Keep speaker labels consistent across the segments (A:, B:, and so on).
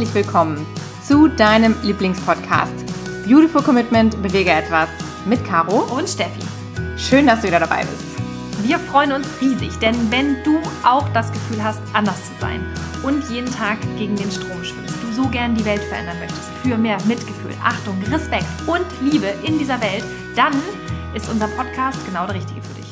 A: herzlich willkommen zu deinem Lieblingspodcast Beautiful Commitment, bewege etwas mit Caro
B: und Steffi.
A: Schön, dass du wieder dabei bist.
B: Wir freuen uns riesig, denn wenn du auch das Gefühl hast, anders zu sein und jeden Tag gegen den Strom schwimmst, du so gern die Welt verändern möchtest, für mehr Mitgefühl, Achtung, Respekt und Liebe in dieser Welt, dann ist unser Podcast genau der richtige für dich.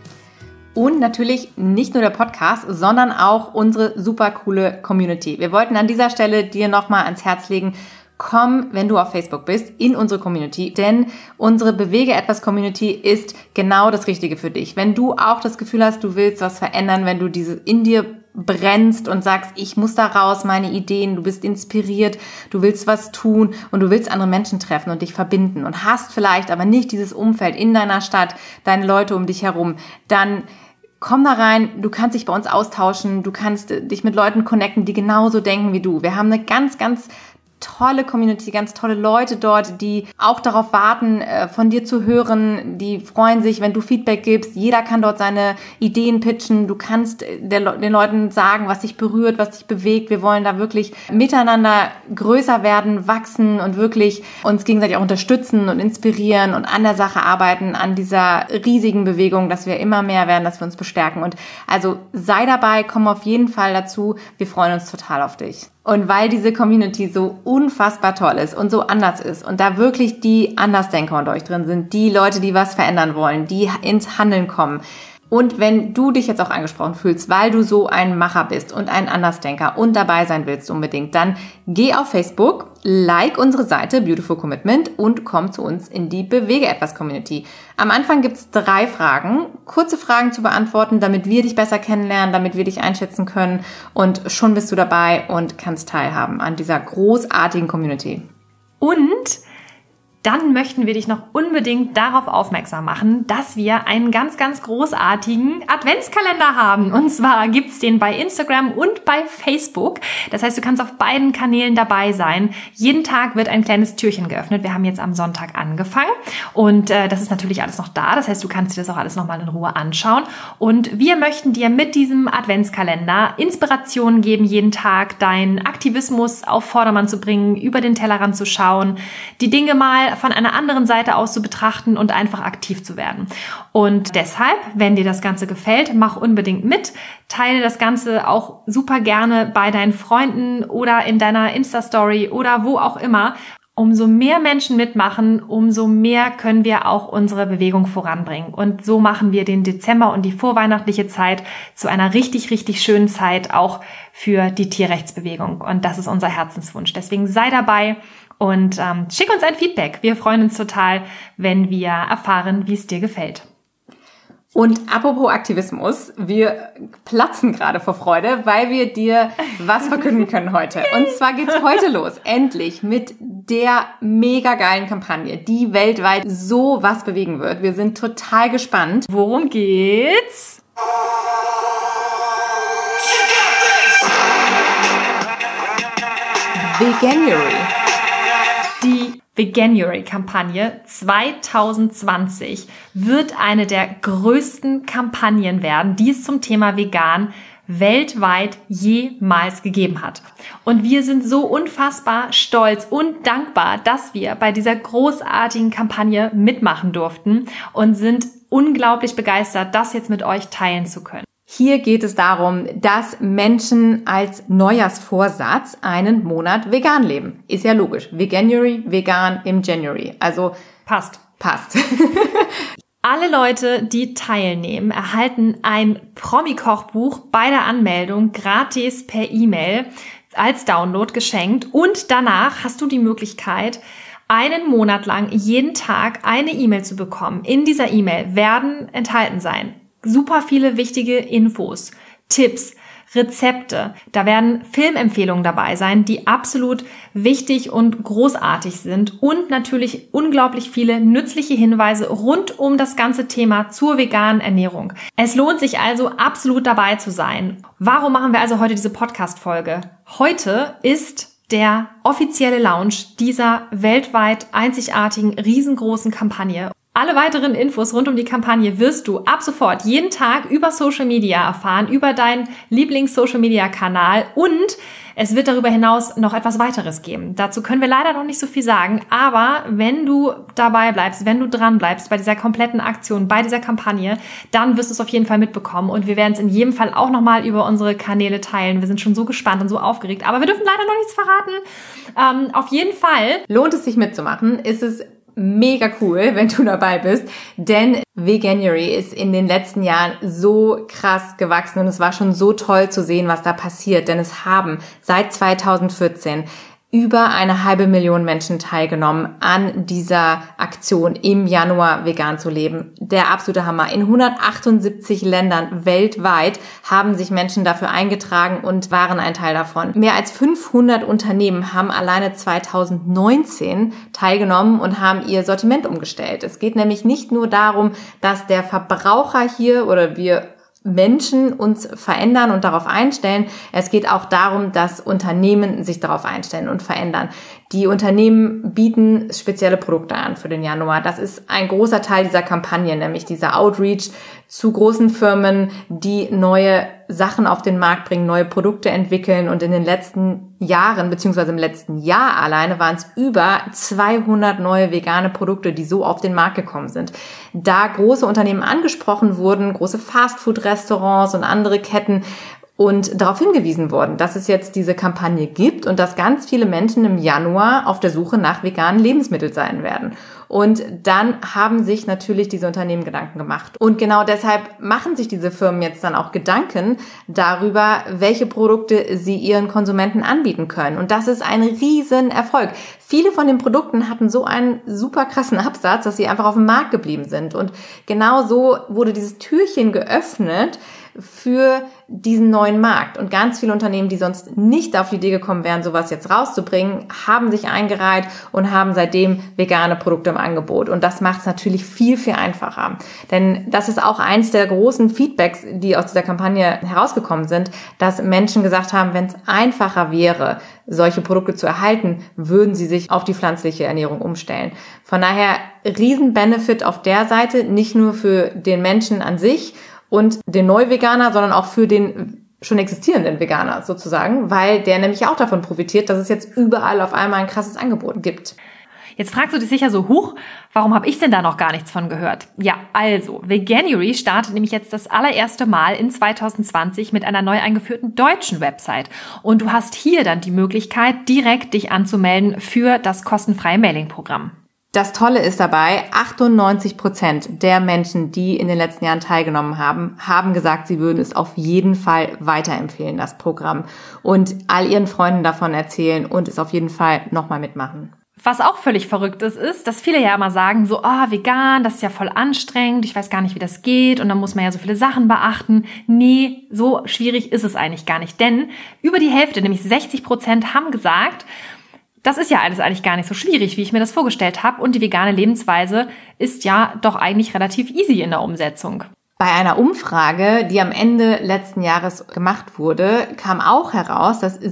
A: Und natürlich nicht nur der Podcast, sondern auch unsere super coole Community. Wir wollten an dieser Stelle dir nochmal ans Herz legen, komm, wenn du auf Facebook bist, in unsere Community, denn unsere Bewege etwas Community ist genau das Richtige für dich. Wenn du auch das Gefühl hast, du willst was verändern, wenn du diese in dir brennst und sagst, ich muss da raus, meine Ideen, du bist inspiriert, du willst was tun und du willst andere Menschen treffen und dich verbinden und hast vielleicht aber nicht dieses Umfeld in deiner Stadt, deine Leute um dich herum, dann komm da rein, du kannst dich bei uns austauschen, du kannst dich mit Leuten connecten, die genauso denken wie du. Wir haben eine ganz, ganz tolle Community, ganz tolle Leute dort, die auch darauf warten, von dir zu hören. Die freuen sich, wenn du Feedback gibst. Jeder kann dort seine Ideen pitchen. Du kannst den Leuten sagen, was dich berührt, was dich bewegt. Wir wollen da wirklich miteinander größer werden, wachsen und wirklich uns gegenseitig auch unterstützen und inspirieren und an der Sache arbeiten, an dieser riesigen Bewegung, dass wir immer mehr werden, dass wir uns bestärken. Und also sei dabei, komm auf jeden Fall dazu. Wir freuen uns total auf dich. Und weil diese Community so unfassbar toll ist und so anders ist und da wirklich die Andersdenker unter euch drin sind, die Leute, die was verändern wollen, die ins Handeln kommen. Und wenn du dich jetzt auch angesprochen fühlst, weil du so ein Macher bist und ein Andersdenker und dabei sein willst unbedingt, dann geh auf Facebook, like unsere Seite Beautiful Commitment und komm zu uns in die Bewege etwas Community. Am Anfang gibt's 3 Fragen, kurze Fragen zu beantworten, damit wir dich besser kennenlernen, damit wir dich einschätzen können und schon bist du dabei und kannst teilhaben an dieser großartigen Community.
B: Und dann möchten wir dich noch unbedingt darauf aufmerksam machen, dass wir einen ganz, ganz großartigen Adventskalender haben. Und zwar gibt's den bei Instagram und bei Facebook. Das heißt, du kannst auf beiden Kanälen dabei sein. Jeden Tag wird ein kleines Türchen geöffnet. Wir haben jetzt am Sonntag angefangen und das ist natürlich alles noch da. Das heißt, du kannst dir das auch alles nochmal in Ruhe anschauen. Und wir möchten dir mit diesem Adventskalender Inspirationen geben, jeden Tag deinen Aktivismus auf Vordermann zu bringen, über den Tellerrand zu schauen, die Dinge mal von einer anderen Seite aus zu betrachten und einfach aktiv zu werden. Und deshalb, wenn dir das Ganze gefällt, mach unbedingt mit. Teile das Ganze auch super gerne bei deinen Freunden oder in deiner Insta-Story oder wo auch immer. Umso mehr Menschen mitmachen, umso mehr können wir auch unsere Bewegung voranbringen. Und so machen wir den Dezember und die vorweihnachtliche Zeit zu einer richtig, richtig schönen Zeit auch für die Tierrechtsbewegung. Und das ist unser Herzenswunsch. Deswegen sei dabei und schick uns ein Feedback. Wir freuen uns total, wenn wir erfahren, wie es dir gefällt.
A: Und apropos Aktivismus, wir platzen gerade vor Freude, weil wir dir was verkünden können heute. Und zwar geht's heute los, endlich, mit der mega geilen Kampagne, die weltweit so was bewegen wird. Wir sind total gespannt.
B: Worum geht's?
A: Veganuary.
B: Die Veganuary-Kampagne 2020 wird eine der größten Kampagnen werden, die es zum Thema Vegan weltweit jemals gegeben hat. Und wir sind so unfassbar stolz und dankbar, dass wir bei dieser großartigen Kampagne mitmachen durften und sind unglaublich begeistert, das jetzt mit euch teilen zu können.
A: Hier geht es darum, dass Menschen als Neujahrsvorsatz einen Monat vegan leben. Ist ja logisch. Veganuary, vegan im January. Also
B: passt. Alle Leute, die teilnehmen, erhalten ein Promi-Kochbuch bei der Anmeldung gratis per E-Mail als Download geschenkt. Und danach hast du die Möglichkeit, einen Monat lang jeden Tag eine E-Mail zu bekommen. In dieser E-Mail werden enthalten sein super viele wichtige Infos, Tipps, Rezepte. Da werden Filmempfehlungen dabei sein, die absolut wichtig und großartig sind und natürlich unglaublich viele nützliche Hinweise rund um das ganze Thema zur veganen Ernährung. Es lohnt sich also absolut dabei zu sein. Warum machen wir also heute diese Podcast-Folge? Heute ist der offizielle Launch dieser weltweit einzigartigen, riesengroßen Kampagne. Alle weiteren Infos rund um die Kampagne wirst du ab sofort jeden Tag über Social Media erfahren, über deinen Lieblings-Social-Media-Kanal, und es wird darüber hinaus noch etwas weiteres geben. Dazu können wir leider noch nicht so viel sagen, aber wenn du dabei bleibst, wenn du dran bleibst bei dieser kompletten Aktion, bei dieser Kampagne, dann wirst du es auf jeden Fall mitbekommen, und wir werden es in jedem Fall auch nochmal über unsere Kanäle teilen. Wir sind schon so gespannt und so aufgeregt, aber wir dürfen leider noch nichts verraten. Auf jeden Fall
A: lohnt es sich mitzumachen, ist es mega cool, wenn du dabei bist, denn Veganuary ist in den letzten Jahren so krass gewachsen und es war schon so toll zu sehen, was da passiert, denn es haben seit 2014 über 500.000 Menschen teilgenommen an dieser Aktion, im Januar vegan zu leben. Der absolute Hammer. In 178 Ländern weltweit haben sich Menschen dafür eingetragen und waren ein Teil davon. Mehr als 500 Unternehmen haben alleine 2019 teilgenommen und haben ihr Sortiment umgestellt. Es geht nämlich nicht nur darum, dass der Verbraucher hier oder wir Menschen uns verändern und darauf einstellen. Es geht auch darum, dass Unternehmen sich darauf einstellen und verändern. Die Unternehmen bieten spezielle Produkte an für den Januar. Das ist ein großer Teil dieser Kampagne, nämlich dieser Outreach zu großen Firmen, die neue Sachen auf den Markt bringen, neue Produkte entwickeln. Und in den letzten Jahren, beziehungsweise im letzten Jahr alleine, waren es über 200 neue vegane Produkte, die so auf den Markt gekommen sind. Da große Unternehmen angesprochen wurden, große Fastfood-Restaurants und andere Ketten, und darauf hingewiesen worden, dass es jetzt diese Kampagne gibt und dass ganz viele Menschen im Januar auf der Suche nach veganen Lebensmitteln sein werden. Und dann haben sich natürlich diese Unternehmen Gedanken gemacht. Und genau deshalb machen sich diese Firmen jetzt dann auch Gedanken darüber, welche Produkte sie ihren Konsumenten anbieten können. Und das ist ein Riesenerfolg. Viele von den Produkten hatten so einen super krassen Absatz, dass sie einfach auf dem Markt geblieben sind. Und genau so wurde dieses Türchen geöffnet für diesen neuen Markt. Und ganz viele Unternehmen, die sonst nicht auf die Idee gekommen wären, sowas jetzt rauszubringen, haben sich eingereiht und haben seitdem vegane Produkte im Angebot. Und das macht es natürlich viel, viel einfacher. Denn das ist auch eins der großen Feedbacks, die aus dieser Kampagne herausgekommen sind, dass Menschen gesagt haben, wenn es einfacher wäre, solche Produkte zu erhalten, würden sie sich auf die pflanzliche Ernährung umstellen. Von daher Riesen-Benefit auf der Seite, nicht nur für den Menschen an sich und den Neuveganer, sondern auch für den schon existierenden Veganer sozusagen, weil der nämlich auch davon profitiert, dass es jetzt überall auf einmal ein krasses Angebot gibt.
B: Jetzt fragst du dich sicher so, huch, warum habe ich denn da noch gar nichts von gehört? Ja, also, Veganuary startet nämlich jetzt das allererste Mal in 2020 mit einer neu eingeführten deutschen Website. Und du hast hier dann die Möglichkeit, direkt dich anzumelden für das kostenfreie Mailing-Programm.
A: Das Tolle ist dabei, 98% der Menschen, die in den letzten Jahren teilgenommen haben, haben gesagt, sie würden es auf jeden Fall weiterempfehlen, das Programm, und all ihren Freunden davon erzählen und es auf jeden Fall nochmal mitmachen.
B: Was auch völlig verrückt ist, dass viele ja immer sagen so, vegan, das ist ja voll anstrengend, ich weiß gar nicht, wie das geht und dann muss man ja so viele Sachen beachten. Nee, so schwierig ist es eigentlich gar nicht, denn über die Hälfte, nämlich 60%, haben gesagt, das ist ja alles eigentlich gar nicht so schwierig, wie ich mir das vorgestellt habe, und die vegane Lebensweise ist ja doch eigentlich relativ easy in der Umsetzung.
A: Bei einer Umfrage, die am Ende letzten Jahres gemacht wurde, kam auch heraus, dass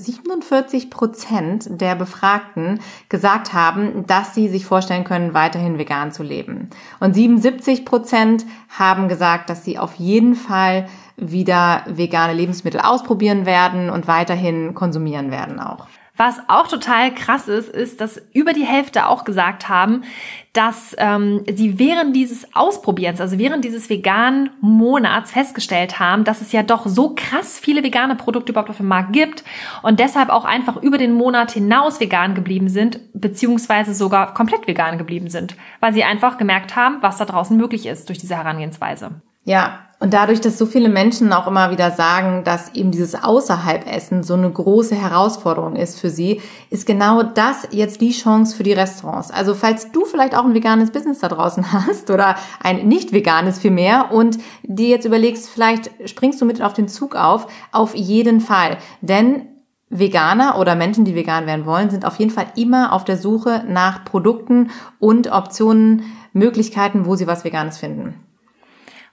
A: 47% der Befragten gesagt haben, dass sie sich vorstellen können, weiterhin vegan zu leben. Und 77% haben gesagt, dass sie auf jeden Fall wieder vegane Lebensmittel ausprobieren werden und weiterhin konsumieren werden auch.
B: Was auch total krass ist, dass über die Hälfte auch gesagt haben, dass sie während dieses Ausprobierens, also während dieses veganen Monats festgestellt haben, dass es ja doch so krass viele vegane Produkte überhaupt auf dem Markt gibt und deshalb auch einfach über den Monat hinaus vegan geblieben sind, beziehungsweise sogar komplett vegan geblieben sind, weil sie einfach gemerkt haben, was da draußen möglich ist durch diese Herangehensweise.
A: Ja, und dadurch, dass so viele Menschen auch immer wieder sagen, dass eben dieses Außerhalbessen so eine große Herausforderung ist für sie, ist genau das jetzt die Chance für die Restaurants. Also falls du vielleicht auch ein veganes Business da draußen hast oder ein nicht veganes vielmehr und dir jetzt überlegst, vielleicht springst du mit auf den Zug auf jeden Fall. Denn Veganer oder Menschen, die vegan werden wollen, sind auf jeden Fall immer auf der Suche nach Produkten und Optionen, Möglichkeiten, wo sie was Veganes finden.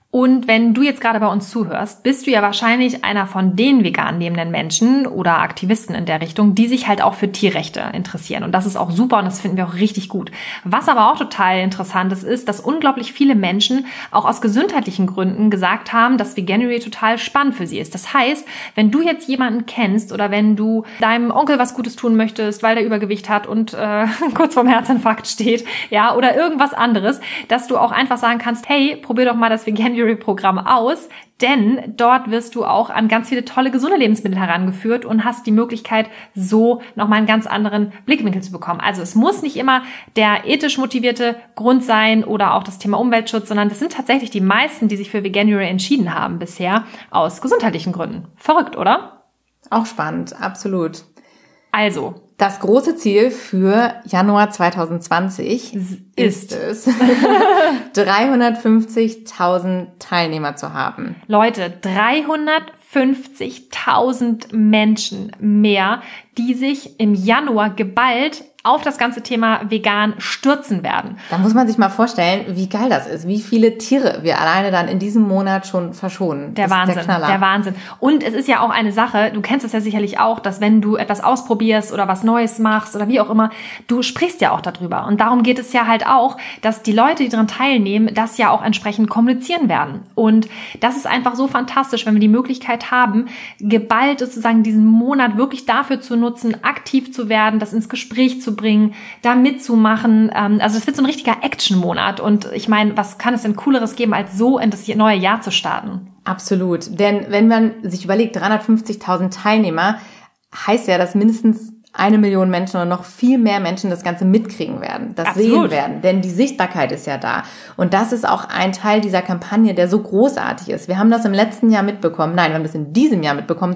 B: Und wenn du jetzt gerade bei uns zuhörst, bist du ja wahrscheinlich einer von den vegan lebenden Menschen oder Aktivisten in der Richtung, die sich halt auch für Tierrechte interessieren. Und das ist auch super und das finden wir auch richtig gut. Was aber auch total interessant ist, dass unglaublich viele Menschen auch aus gesundheitlichen Gründen gesagt haben, dass Veganuary total spannend für sie ist. Das heißt, wenn du jetzt jemanden kennst oder wenn du deinem Onkel was Gutes tun möchtest, weil der Übergewicht hat und kurz vorm Herzinfarkt steht, ja, oder irgendwas anderes, dass du auch einfach sagen kannst, hey, probier doch mal das Veganuary-Programm aus, denn dort wirst du auch an ganz viele tolle, gesunde Lebensmittel herangeführt und hast die Möglichkeit, so nochmal einen ganz anderen Blickwinkel zu bekommen. Also es muss nicht immer der ethisch motivierte Grund sein oder auch das Thema Umweltschutz, sondern das sind tatsächlich die meisten, die sich für Veganuary entschieden haben bisher, aus gesundheitlichen Gründen. Verrückt, oder?
A: Auch spannend, absolut.
B: Also,
A: das große Ziel für Januar 2020 ist es, 350.000 Teilnehmer zu haben.
B: Leute, 350.000 Menschen mehr, die sich im Januar geballt auf das ganze Thema vegan stürzen werden.
A: Da muss man sich mal vorstellen, wie geil das ist, wie viele Tiere wir alleine dann in diesem Monat schon verschonen.
B: Der Wahnsinn, der Wahnsinn. Und es ist ja auch eine Sache, du kennst es ja sicherlich auch, dass wenn du etwas ausprobierst oder was Neues machst oder wie auch immer, du sprichst ja auch darüber. Und darum geht es ja halt auch, dass die Leute, die daran teilnehmen, das ja auch entsprechend kommunizieren werden. Und das ist einfach so fantastisch, wenn wir die Möglichkeit haben, geballt sozusagen diesen Monat wirklich dafür zu nutzen, aktiv zu werden, das ins Gespräch zu bringen, da mitzumachen. Also es wird so ein richtiger Action-Monat. Und ich meine, was kann es denn Cooleres geben, als so in das neue Jahr zu starten?
A: Absolut. Denn wenn man sich überlegt, 350.000 Teilnehmer, heißt ja, dass mindestens 1 Million Menschen oder noch viel mehr Menschen das Ganze mitkriegen werden, das sehen werden. Denn die Sichtbarkeit ist ja da. Und das ist auch ein Teil dieser Kampagne, der so großartig ist. Wir haben das im letzten Jahr mitbekommen. Nein, wir haben das in diesem Jahr mitbekommen,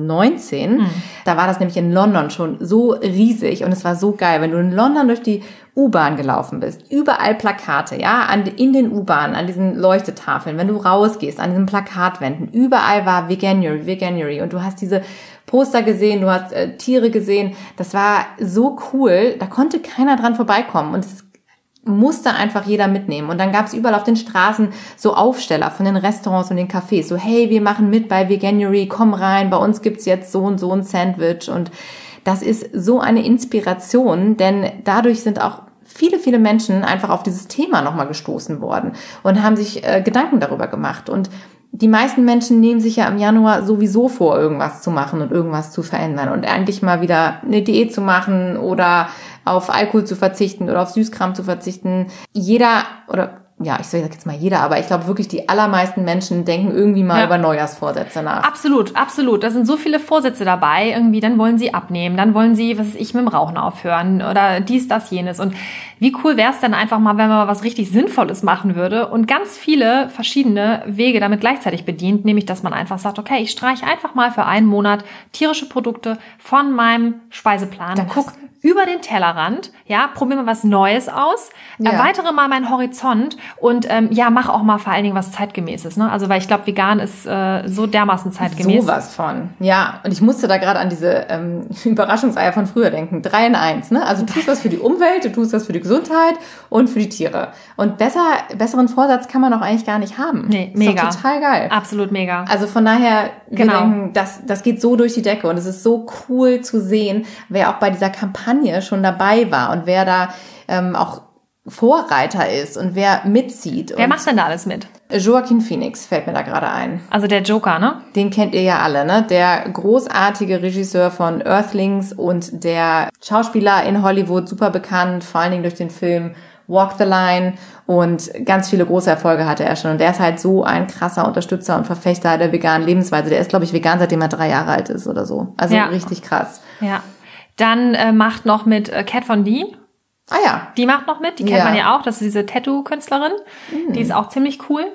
A: 2019. Da war das nämlich in London schon so riesig und es war so geil. Wenn du in London durch die U-Bahn gelaufen bist, überall Plakate, ja, in den U-Bahnen, an diesen Leuchtetafeln, wenn du rausgehst, an diesen Plakatwänden, überall war Veganuary, Veganuary und du hast diese Poster gesehen, du hast Tiere gesehen, das war so cool, da konnte keiner dran vorbeikommen und es musste einfach jeder mitnehmen. Und dann gab es überall auf den Straßen so Aufsteller von den Restaurants und den Cafés, so hey, wir machen mit bei Veganuary, komm rein, bei uns gibt's jetzt so und so ein Sandwich und das ist so eine Inspiration, denn dadurch sind auch viele Menschen einfach auf dieses Thema nochmal gestoßen worden und haben sich Gedanken darüber gemacht. Und die meisten Menschen nehmen sich ja im Januar sowieso vor, irgendwas zu machen und irgendwas zu verändern und eigentlich mal wieder eine Diät zu machen oder auf Alkohol zu verzichten oder auf Süßkram zu verzichten. Jeder, oder ja, ich sage jetzt mal jeder, aber ich glaube wirklich, die allermeisten Menschen denken irgendwie mal über Neujahrsvorsätze nach.
B: Absolut, absolut. Da sind so viele Vorsätze dabei. Irgendwie, dann wollen sie abnehmen, dann wollen sie, was weiß ich, mit dem Rauchen aufhören oder dies, das, jenes. Und wie cool wäre es denn einfach mal, wenn man mal was richtig Sinnvolles machen würde und ganz viele verschiedene Wege damit gleichzeitig bedient, nämlich, dass man einfach sagt, okay, ich streiche einfach mal für einen Monat tierische Produkte von meinem Speiseplan.
A: Dann guck
B: über den Tellerrand, ja, probiere mal was Neues aus, erweitere mal meinen Horizont und mach auch mal vor allen Dingen was Zeitgemäßes, ne? Also weil ich glaube, vegan ist so dermaßen zeitgemäß.
A: Sowas von, ja. Und ich musste da gerade an diese Überraschungseier von früher denken. 3 in 1, ne? Also du tust was für die Umwelt, du tust was für die Gesundheit und für die Tiere. Und besseren Vorsatz kann man auch eigentlich gar nicht haben.
B: Nee, mega.
A: Ist doch total geil.
B: Absolut mega.
A: Also von daher, wir
B: Genau.
A: denken, das geht so durch die Decke und es ist so cool zu sehen, wer auch bei dieser Kampagne schon dabei war und wer da auch Vorreiter ist und wer mitzieht.
B: Wer macht denn da alles mit?
A: Joaquin Phoenix fällt mir da gerade ein.
B: Also der Joker, ne?
A: Den kennt ihr ja alle, ne? Der großartige Regisseur von Earthlings und der Schauspieler in Hollywood, super bekannt, vor allen Dingen durch den Film Walk the Line und ganz viele große Erfolge hatte er schon. Und der ist halt so ein krasser Unterstützer und Verfechter der veganen Lebensweise. Der ist, glaube ich, vegan, seitdem er 3 Jahre alt ist oder so. Also richtig krass.
B: Ja. Dann macht noch mit Kat Von D.
A: Ah ja.
B: Die macht noch mit, die kennt man ja auch, das ist diese Tattoo-Künstlerin. Die ist auch ziemlich cool.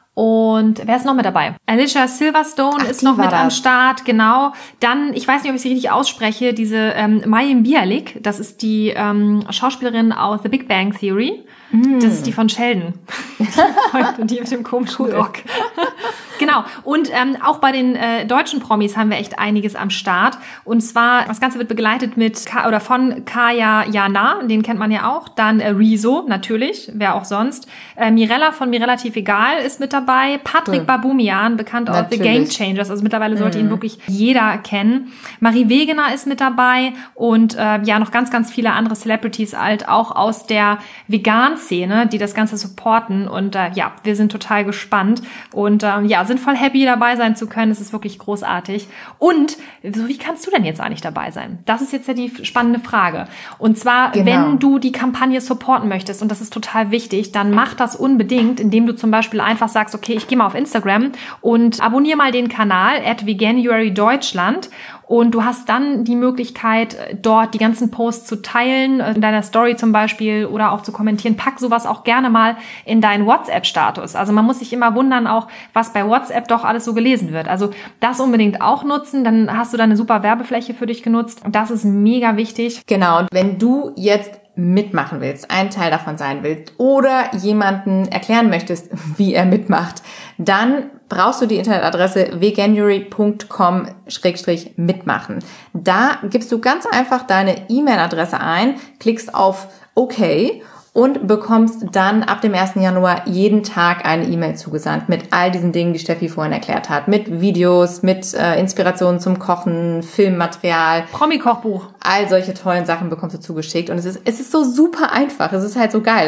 B: Und wer ist noch mit dabei? Alicia Silverstone ist noch mit am Start, genau. Dann, ich weiß nicht, ob ich sie richtig ausspreche, diese Mayim Bialik, das ist die Schauspielerin aus The Big Bang Theory. Das ist die von Sheldon. Die mit dem komischen Rock. Genau. Und auch bei den deutschen Promis haben wir echt einiges am Start. Und zwar, das Ganze wird begleitet von Kaya Jana, den kennt man ja auch. Dann Rezo, natürlich, wer auch sonst. Mirella von Mir relativ egal ist mit dabei. Patrick Baboumian, bekannt aus The Game Changers. Also mittlerweile sollte ihn wirklich jeder kennen. Marie Wegener ist mit dabei. Und noch ganz, ganz viele andere Celebrities halt auch aus der Vegan-Szene, die das Ganze supporten. Und wir sind total gespannt. Und sind voll happy, dabei sein zu können. Es ist wirklich großartig. Und wie kannst du denn jetzt eigentlich dabei sein? Das ist jetzt ja die spannende Frage. Und zwar, wenn du die Kampagne supporten möchtest, und das ist total wichtig, dann mach das unbedingt, indem du zum Beispiel einfach sagst, okay, ich gehe mal auf Instagram und abonniere mal den Kanal @veganuarydeutschland. Und du hast dann die Möglichkeit, dort die ganzen Posts zu teilen, in deiner Story zum Beispiel, oder auch zu kommentieren. Pack sowas auch gerne mal in deinen WhatsApp-Status. Also man muss sich immer wundern auch, was bei WhatsApp doch alles so gelesen wird. Also das unbedingt auch nutzen, dann hast du da eine super Werbefläche für dich genutzt. Und das ist mega wichtig.
A: Genau, und wenn du jetzt mitmachen willst, ein Teil davon sein willst oder jemanden erklären möchtest, wie er mitmacht, dann brauchst du die Internetadresse veganuary.com/mitmachen. Da gibst du ganz einfach deine E-Mail-Adresse ein, klickst auf OK und bekommst dann ab dem 1. Januar jeden Tag eine E-Mail zugesandt mit all diesen Dingen, die Steffi vorhin erklärt hat. Mit Videos, mit Inspirationen zum Kochen, Filmmaterial.
B: Promi-Kochbuch.
A: All solche tollen Sachen bekommst du zugeschickt. Und es ist so super einfach. Es ist halt so geil.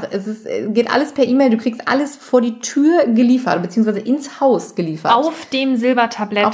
A: Geht alles per E-Mail. Du kriegst alles vor die Tür geliefert, beziehungsweise ins Haus geliefert.
B: Auf dem Silbertablett.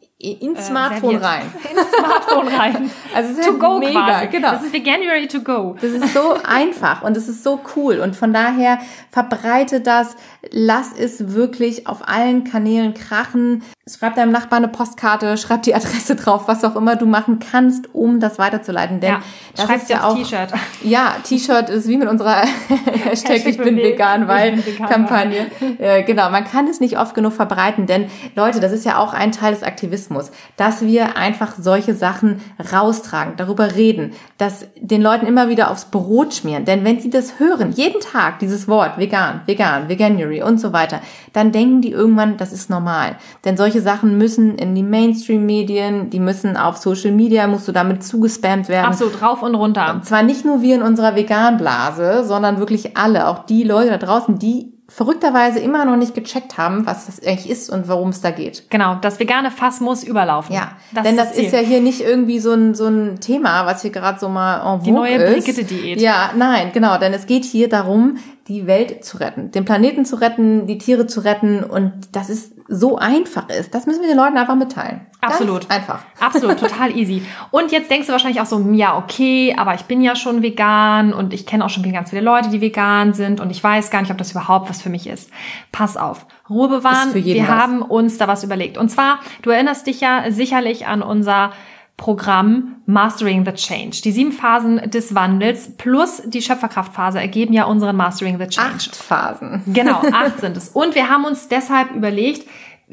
A: Ins Smartphone rein.
B: Ins Smartphone rein.
A: Also es ist
B: to
A: halt
B: go
A: mega,
B: quasi.
A: Genau.
B: Das ist Veganuary to go.
A: Das ist so einfach und es ist so cool. Und von daher verbreite das, lass es wirklich auf allen Kanälen krachen. Schreib deinem Nachbarn eine Postkarte, schreib die Adresse drauf, was auch immer du machen kannst, um das weiterzuleiten. Denn das
B: schreib's
A: ist ja auch
B: T-Shirt.
A: Ja, T-Shirt ist wie mit unserer Hashtag ich bin vegan, weil Kampagne. Genau, man kann es nicht oft genug verbreiten, denn Leute, das ist ja auch ein Teil des Aktivismus, dass wir einfach solche Sachen raustragen, darüber reden, dass den Leuten immer wieder aufs Brot schmieren. Denn wenn die das hören, jeden Tag dieses Wort vegan, Veganuary und so weiter, dann denken die irgendwann, das ist normal. Denn solche Sachen müssen in die Mainstream-Medien, die müssen auf Social Media, musst du damit zugespammt werden.
B: Absolut, rauf und runter.
A: Und zwar nicht nur wir in unserer Vegan-Blase, sondern wirklich alle, auch die Leute da draußen, die verrückterweise immer noch nicht gecheckt haben, was das eigentlich ist und worum es da geht.
B: Genau, das vegane Fass muss überlaufen.
A: Ja, denn das ist ja hier nicht irgendwie so ein Thema, was hier gerade so mal en vogue ist.
B: Die neue Brigitte-Diät.
A: Ja, nein, genau, denn es geht hier darum, die Welt zu retten, den Planeten zu retten, die Tiere zu retten, und dass es so einfach ist, das müssen wir den Leuten einfach mitteilen.
B: Absolut.
A: Ganz einfach.
B: Absolut, total easy. Und jetzt denkst du wahrscheinlich auch so, ja, okay, aber ich bin ja schon vegan und ich kenne auch schon ganz viele Leute, die vegan sind und ich weiß gar nicht, ob das überhaupt was für mich ist. Pass auf. Ruhe bewahren. Wir haben uns da was überlegt. Und zwar, du erinnerst dich ja sicherlich an unser Programm Mastering the Change. Die 7 Phasen des Wandels plus die Schöpferkraftphase ergeben ja unseren Mastering the Change.
A: 8 Phasen.
B: Genau, 8 sind es. Und wir haben uns deshalb überlegt,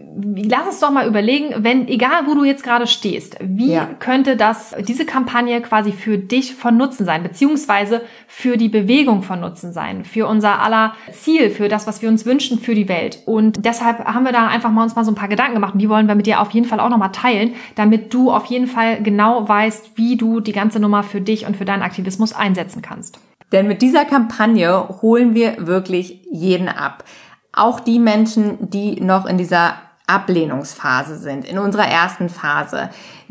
B: lass uns doch mal überlegen, egal wo du jetzt gerade stehst, wie könnte diese Kampagne quasi für dich von Nutzen sein, beziehungsweise für die Bewegung von Nutzen sein, für unser aller Ziel, für das, was wir uns wünschen, für die Welt. Und deshalb haben wir da einfach uns mal so ein paar Gedanken gemacht, und die wollen wir mit dir auf jeden Fall auch nochmal teilen, damit du auf jeden Fall genau weißt, wie du die ganze Nummer für dich und für deinen Aktivismus einsetzen kannst.
A: Denn mit dieser Kampagne holen wir wirklich jeden ab. Auch die Menschen, die noch in dieser Ablehnungsphase sind, in unserer ersten Phase,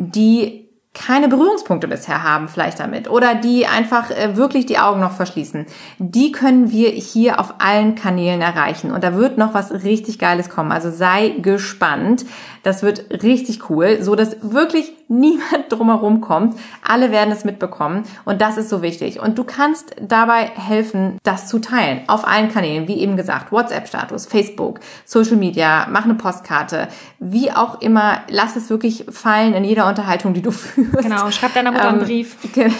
A: die keine Berührungspunkte bisher haben vielleicht damit oder die einfach wirklich die Augen noch verschließen, die können wir hier auf allen Kanälen erreichen. Und da wird noch was richtig Geiles kommen. Also sei gespannt. Das wird richtig cool, so dass wirklich niemand drumherum kommt. Alle werden es mitbekommen und das ist so wichtig. Und du kannst dabei helfen, das zu teilen auf allen Kanälen, wie eben gesagt, WhatsApp-Status, Facebook, Social Media, mach eine Postkarte, wie auch immer. Lass es wirklich fallen in jeder Unterhaltung, die du führst.
B: Genau, schreib deiner Mutter einen Brief.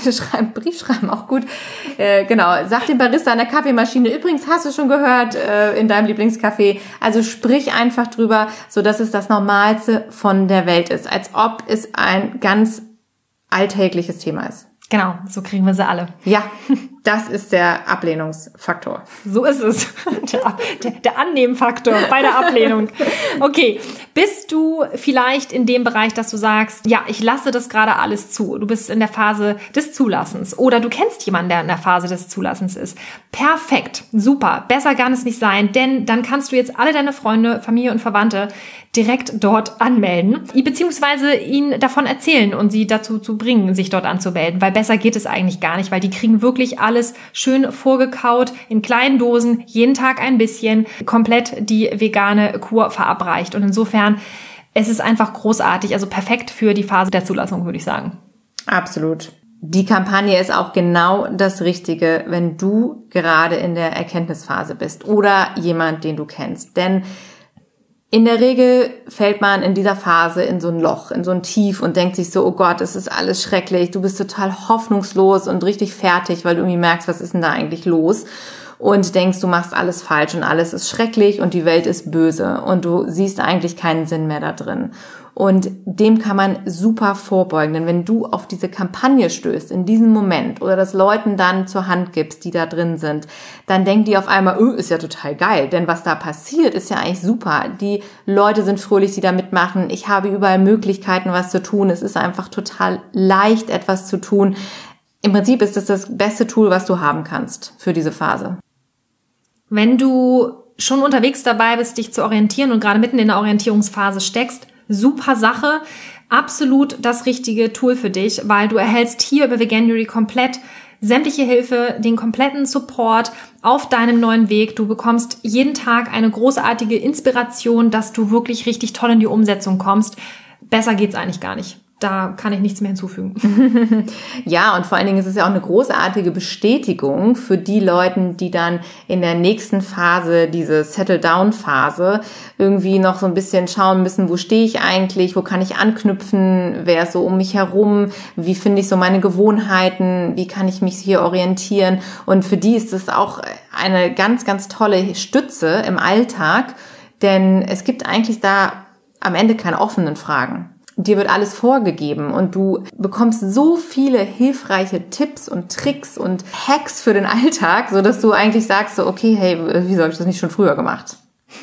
A: Brief schreiben, auch gut. Genau, sag dem Barista an der Kaffeemaschine, übrigens hast du schon gehört in deinem Lieblingscafé. Also sprich einfach drüber, so dass es das Normalste von der Welt ist, als ob es ein ganz alltägliches Thema ist.
B: Genau, so kriegen wir sie alle.
A: Ja, Das ist der Ablehnungsfaktor.
B: So ist es. Der Annehmfaktor bei der Ablehnung. Okay, bist du vielleicht in dem Bereich, dass du sagst, ja, ich lasse das gerade alles zu. Du bist in der Phase des Zulassens oder du kennst jemanden, der in der Phase des Zulassens ist. Perfekt, super, besser kann es nicht sein, denn dann kannst du jetzt alle deine Freunde, Familie und Verwandte direkt dort anmelden, beziehungsweise ihnen davon erzählen und sie dazu zu bringen, sich dort anzumelden, weil besser geht es eigentlich gar nicht, weil die kriegen wirklich alles schön vorgekaut, in kleinen Dosen, jeden Tag ein bisschen, komplett die vegane Kur verabreicht. Und insofern, es ist einfach großartig, also perfekt für die Phase der Zulassung, würde ich sagen.
A: Absolut. Die Kampagne ist auch genau das Richtige, wenn du gerade in der Erkenntnisphase bist oder jemand, den du kennst. Denn in der Regel fällt man in dieser Phase in so ein Loch, in so ein Tief und denkt sich so, oh Gott, es ist alles schrecklich, du bist total hoffnungslos und richtig fertig, weil du irgendwie merkst, was ist denn da eigentlich los? Und denkst, du machst alles falsch und alles ist schrecklich und die Welt ist böse und du siehst eigentlich keinen Sinn mehr da drin. Und dem kann man super vorbeugen, denn wenn du auf diese Kampagne stößt, in diesem Moment, oder das Leuten dann zur Hand gibst, die da drin sind, dann denken die auf einmal, ist ja total geil, denn was da passiert, ist ja eigentlich super. Die Leute sind fröhlich, die da mitmachen. Ich habe überall Möglichkeiten, was zu tun. Es ist einfach total leicht, etwas zu tun. Im Prinzip ist es das beste Tool, was du haben kannst für diese Phase.
B: Wenn du schon unterwegs dabei bist, dich zu orientieren und gerade mitten in der Orientierungsphase steckst, super Sache, absolut das richtige Tool für dich, weil du erhältst hier über Veganuary komplett sämtliche Hilfe, den kompletten Support auf deinem neuen Weg. Du bekommst jeden Tag eine großartige Inspiration, dass du wirklich richtig toll in die Umsetzung kommst. Besser geht's eigentlich gar nicht. Da kann ich nichts mehr hinzufügen.
A: Ja, und vor allen Dingen ist es ja auch eine großartige Bestätigung für die Leute, die dann in der nächsten Phase, diese Settle-Down-Phase, irgendwie noch so ein bisschen schauen müssen, wo stehe ich eigentlich, wo kann ich anknüpfen, wer ist so um mich herum, wie finde ich so meine Gewohnheiten, wie kann ich mich hier orientieren. Und für die ist es auch eine ganz, ganz tolle Stütze im Alltag, denn es gibt eigentlich da am Ende keine offenen Fragen. Dir wird alles vorgegeben und du bekommst so viele hilfreiche Tipps und Tricks und Hacks für den Alltag, so dass du eigentlich sagst so, okay, hey, wieso habe ich das nicht schon früher gemacht?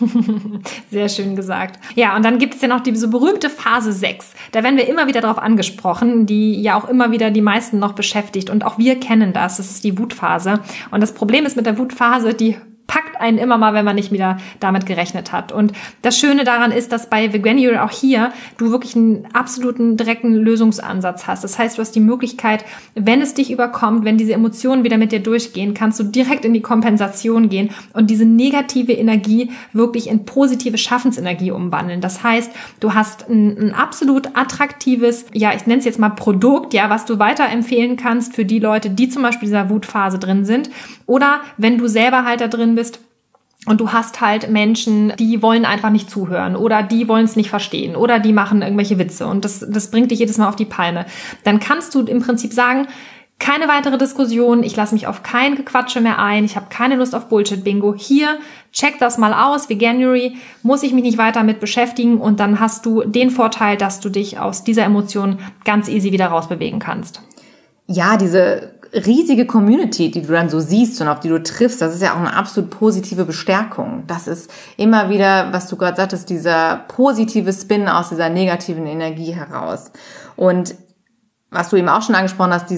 B: Sehr schön gesagt. Ja, und dann gibt es ja noch diese berühmte Phase 6. Da werden wir immer wieder drauf angesprochen, die ja auch immer wieder die meisten noch beschäftigt. Und auch wir kennen das. Das ist die Wutphase. Und das Problem ist mit der Wutphase, die packt einen immer mal, wenn man nicht wieder damit gerechnet hat. Und das Schöne daran ist, dass bei Veganuary auch hier du wirklich einen absoluten direkten Lösungsansatz hast. Das heißt, du hast die Möglichkeit, wenn es dich überkommt, wenn diese Emotionen wieder mit dir durchgehen, kannst du direkt in die Kompensation gehen und diese negative Energie wirklich in positive Schaffensenergie umwandeln. Das heißt, du hast ein absolut attraktives, ja, ich nenne es jetzt mal Produkt, ja, was du weiterempfehlen kannst für die Leute, die zum Beispiel in dieser Wutphase drin sind. Oder wenn du selber halt da drin bist und du hast halt Menschen, die wollen einfach nicht zuhören oder die wollen es nicht verstehen oder die machen irgendwelche Witze und das bringt dich jedes Mal auf die Palme. Dann kannst du im Prinzip sagen, keine weitere Diskussion, ich lasse mich auf kein Gequatsche mehr ein, ich habe keine Lust auf Bullshit-Bingo. Hier, check das mal aus, Veganuary, muss ich mich nicht weiter mit beschäftigen und dann hast du den Vorteil, dass du dich aus dieser Emotion ganz easy wieder rausbewegen kannst.
A: Ja, diese riesige Community, die du dann so siehst und auf die du triffst, das ist ja auch eine absolut positive Bestärkung. Das ist immer wieder, was du gerade sagtest, dieser positive Spin aus dieser negativen Energie heraus. Und was du eben auch schon angesprochen hast,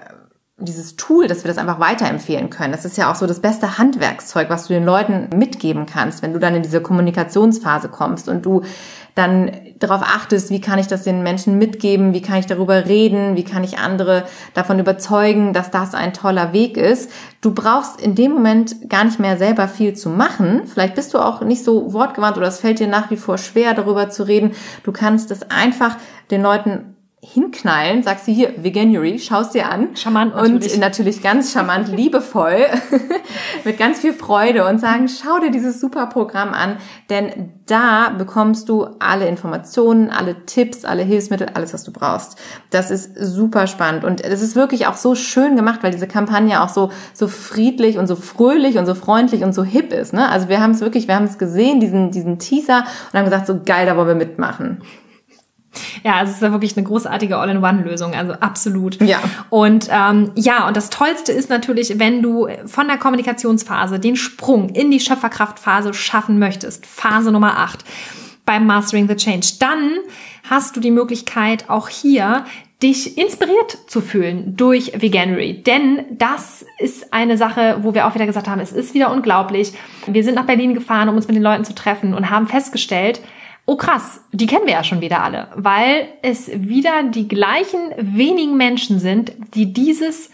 A: dieses Tool, dass wir das einfach weiterempfehlen können. Das ist ja auch so das beste Handwerkszeug, was du den Leuten mitgeben kannst, wenn du dann in diese Kommunikationsphase kommst und du dann darauf achtest, wie kann ich das den Menschen mitgeben, wie kann ich darüber reden, wie kann ich andere davon überzeugen, dass das ein toller Weg ist. Du brauchst in dem Moment gar nicht mehr selber viel zu machen. Vielleicht bist du auch nicht so wortgewandt oder es fällt dir nach wie vor schwer, darüber zu reden. Du kannst es einfach den Leuten hinknallen, sagst du hier, Veganuary, schaust dir an.
B: Charmant natürlich.
A: Und natürlich ganz charmant, liebevoll, mit ganz viel Freude und sagen, schau dir dieses super Programm an, denn da bekommst du alle Informationen, alle Tipps, alle Hilfsmittel, alles, was du brauchst. Das ist super spannend und es ist wirklich auch so schön gemacht, weil diese Kampagne auch so friedlich und so fröhlich und so freundlich und so hip ist, ne? Also wir haben es gesehen, diesen Teaser und haben gesagt, so geil, da wollen wir mitmachen.
B: Ja, es ist ja wirklich eine großartige All-in-One-Lösung, also absolut.
A: Ja.
B: Und und das Tollste ist natürlich, wenn du von der Kommunikationsphase den Sprung in die Schöpferkraftphase schaffen möchtest, Phase Nummer 8 beim Mastering the Change, dann hast du die Möglichkeit, auch hier dich inspiriert zu fühlen durch Veganuary. Denn das ist eine Sache, wo wir auch wieder gesagt haben, es ist wieder unglaublich. Wir sind nach Berlin gefahren, um uns mit den Leuten zu treffen und haben festgestellt, oh krass, die kennen wir ja schon wieder alle, weil es wieder die gleichen wenigen Menschen sind, die dieses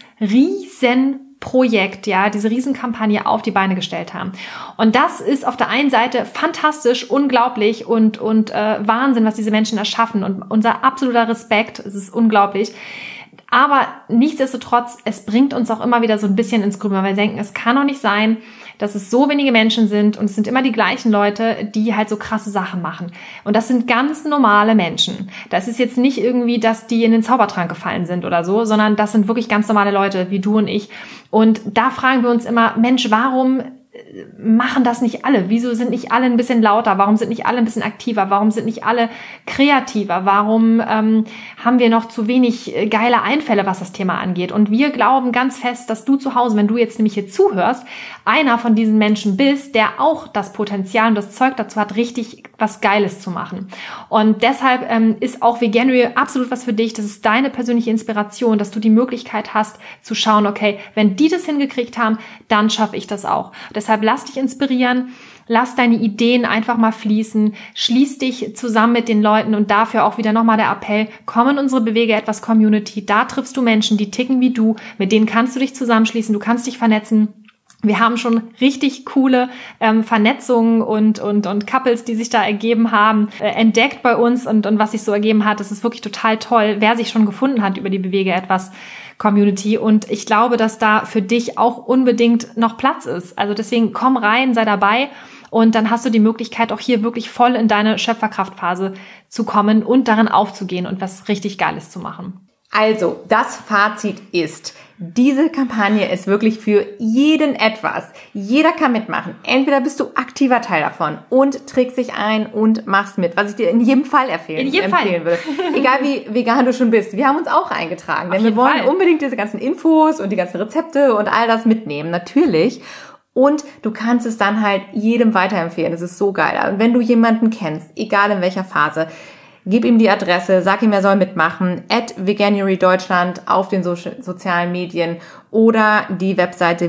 B: Riesenprojekt, ja, diese Riesenkampagne auf die Beine gestellt haben. Und das ist auf der einen Seite fantastisch, unglaublich und Wahnsinn, was diese Menschen erschaffen und unser absoluter Respekt, es ist unglaublich. Aber nichtsdestotrotz, es bringt uns auch immer wieder so ein bisschen ins Grübeln, weil wir denken, es kann doch nicht sein, dass es so wenige Menschen sind und es sind immer die gleichen Leute, die halt so krasse Sachen machen. Und das sind ganz normale Menschen. Das ist jetzt nicht irgendwie, dass die in den Zaubertrank gefallen sind oder so, sondern das sind wirklich ganz normale Leute, wie du und ich. Und da fragen wir uns immer, Mensch, warum machen das nicht alle? Wieso sind nicht alle ein bisschen lauter? Warum sind nicht alle ein bisschen aktiver? Warum sind nicht alle kreativer? Warum haben wir noch zu wenig geile Einfälle, was das Thema angeht? Und wir glauben ganz fest, dass du zu Hause, wenn du jetzt nämlich hier zuhörst, einer von diesen Menschen bist, der auch das Potenzial und das Zeug dazu hat, richtig was Geiles zu machen. Und deshalb ist auch Veganuary absolut was für dich. Das ist deine persönliche Inspiration, dass du die Möglichkeit hast zu schauen, okay, wenn die das hingekriegt haben, dann schaffe ich das auch. Deshalb lass dich inspirieren, lass deine Ideen einfach mal fließen, schließ dich zusammen mit den Leuten und dafür auch wieder nochmal der Appell, komm in unsere Bewege etwas Community, da triffst du Menschen, die ticken wie du, mit denen kannst du dich zusammenschließen, du kannst dich vernetzen. Wir haben schon richtig coole Vernetzungen und Couples, die sich da ergeben haben, entdeckt bei uns und was sich so ergeben hat. Das ist wirklich total toll, wer sich schon gefunden hat über die Bewege etwas Community. Und ich glaube, dass da für dich auch unbedingt noch Platz ist. Also deswegen komm rein, sei dabei und dann hast du die Möglichkeit, auch hier wirklich voll in deine Schöpferkraftphase zu kommen und darin aufzugehen und was richtig Geiles zu machen.
A: Also, das Fazit ist, diese Kampagne ist wirklich für jeden etwas. Jeder kann mitmachen. Entweder bist du aktiver Teil davon und trägst dich ein und machst mit, was ich dir in jedem Fall empfehlen würde. Egal wie vegan du schon bist. Wir haben uns auch eingetragen, denn wir wollen unbedingt diese ganzen Infos und die ganzen Rezepte und all das mitnehmen, natürlich. Und du kannst es dann halt jedem weiterempfehlen. Das ist so geil. Und wenn du jemanden kennst, egal in welcher Phase, gib ihm die Adresse, sag ihm, er soll mitmachen, @Veganuary Deutschland auf den sozialen Medien oder die Webseite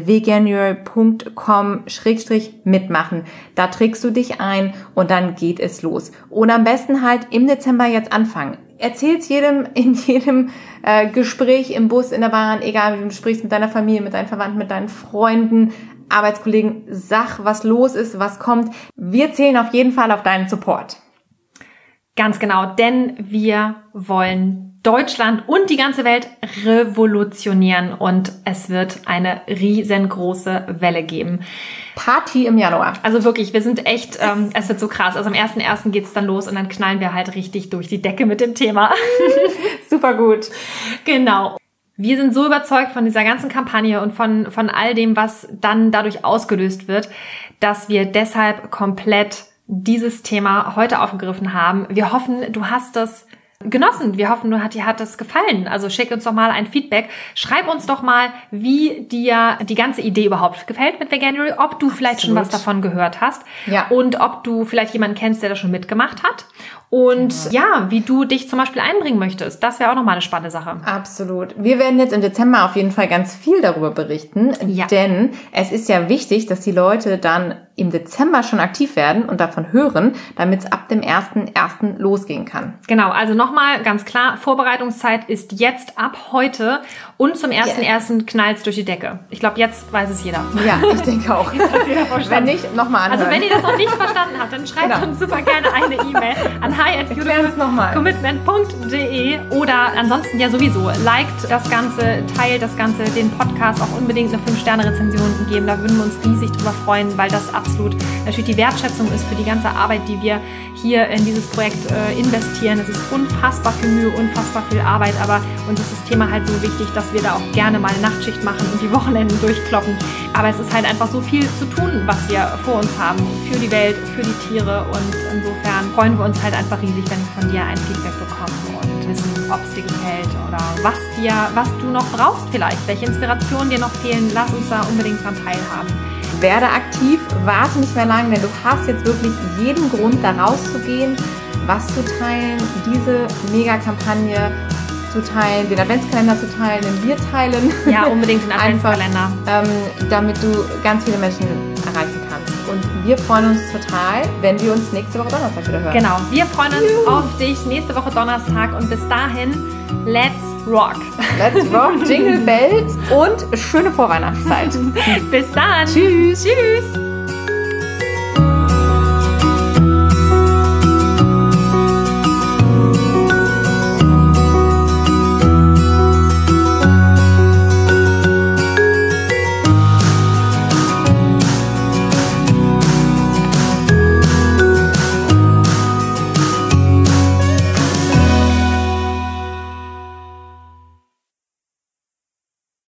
A: veganuary.com/mitmachen. Da trägst du dich ein und dann geht es los. Und am besten halt im Dezember jetzt anfangen. Erzähl's jedem in jedem Gespräch, im Bus, in der Bahn, egal wie du sprichst, mit deiner Familie, mit deinen Verwandten, mit deinen Freunden, Arbeitskollegen, sag, was los ist, was kommt. Wir zählen auf jeden Fall auf deinen Support.
B: Ganz genau, denn wir wollen Deutschland und die ganze Welt revolutionieren und es wird eine riesengroße Welle geben.
A: Party im Januar.
B: Also wirklich, wir sind echt, es wird so krass. Also am 1.1. geht's dann los und dann knallen wir halt richtig durch die Decke mit dem Thema.
A: Super gut.
B: Genau. Wir sind so überzeugt von dieser ganzen Kampagne und von all dem, was dann dadurch ausgelöst wird, dass wir deshalb komplett dieses Thema heute aufgegriffen haben. Wir hoffen, du hast das genossen. Wir hoffen, dir hat das gefallen. Also schick uns doch mal ein Feedback. Schreib uns doch mal, wie dir die ganze Idee überhaupt gefällt mit Veganuary, ob du vielleicht schon was davon gehört hast und ob du vielleicht jemanden kennst, der das schon mitgemacht hat. Und wie du dich zum Beispiel einbringen möchtest. Das wäre auch nochmal eine spannende Sache.
A: Absolut. Wir werden jetzt im Dezember auf jeden Fall ganz viel darüber berichten, denn es ist ja wichtig, dass die Leute dann im Dezember schon aktiv werden und davon hören, damit es ab dem 1.1. losgehen kann.
B: Genau, also nochmal ganz klar, Vorbereitungszeit ist jetzt ab heute und zum 1.1. knallt's durch die Decke. Ich glaube, jetzt weiß es jeder.
A: Ja, ich denke auch. Wenn nicht, nochmal anhören.
B: Also wenn ihr das noch nicht verstanden habt, dann schreibt uns super gerne eine E-Mail an hi@beautifulcommitment.de oder ansonsten ja sowieso, liked das Ganze, teilt das Ganze, den Podcast, auch unbedingt eine 5-Sterne-Rezension geben. Da würden wir uns riesig drüber freuen, weil das absolut natürlich die Wertschätzung ist für die ganze Arbeit, die wir hier in dieses Projekt investieren. Es ist unfassbar viel Mühe, unfassbar viel Arbeit, aber uns ist das Thema halt so wichtig, dass wir da auch gerne mal eine Nachtschicht machen und die Wochenenden durchkloppen. Aber es ist halt einfach so viel zu tun, was wir vor uns haben, für die Welt, für die Tiere. Und insofern freuen wir uns halt einfach riesig, wenn wir von dir ein Feedback bekommen und wissen, ob es dir gefällt oder was du noch brauchst vielleicht, welche Inspirationen dir noch fehlen. Lass uns da unbedingt dran teilhaben.
A: Werde aktiv, warte nicht mehr lang, denn du hast jetzt wirklich jeden Grund, da rauszugehen, was zu teilen, diese Mega-Kampagne zu teilen, den Adventskalender zu teilen, den wir teilen.
B: Ja, unbedingt den Adventskalender.
A: Damit du ganz viele Menschen erreichen kannst. Und wir freuen uns total, wenn wir uns nächste Woche Donnerstag wieder hören.
B: Genau, wir freuen uns auf dich nächste Woche Donnerstag und bis dahin, let's rock!
A: Let's rock, Jingle Bells und schöne Vorweihnachtszeit.
B: Bis dann!
A: Tschüss!
B: Tschüss!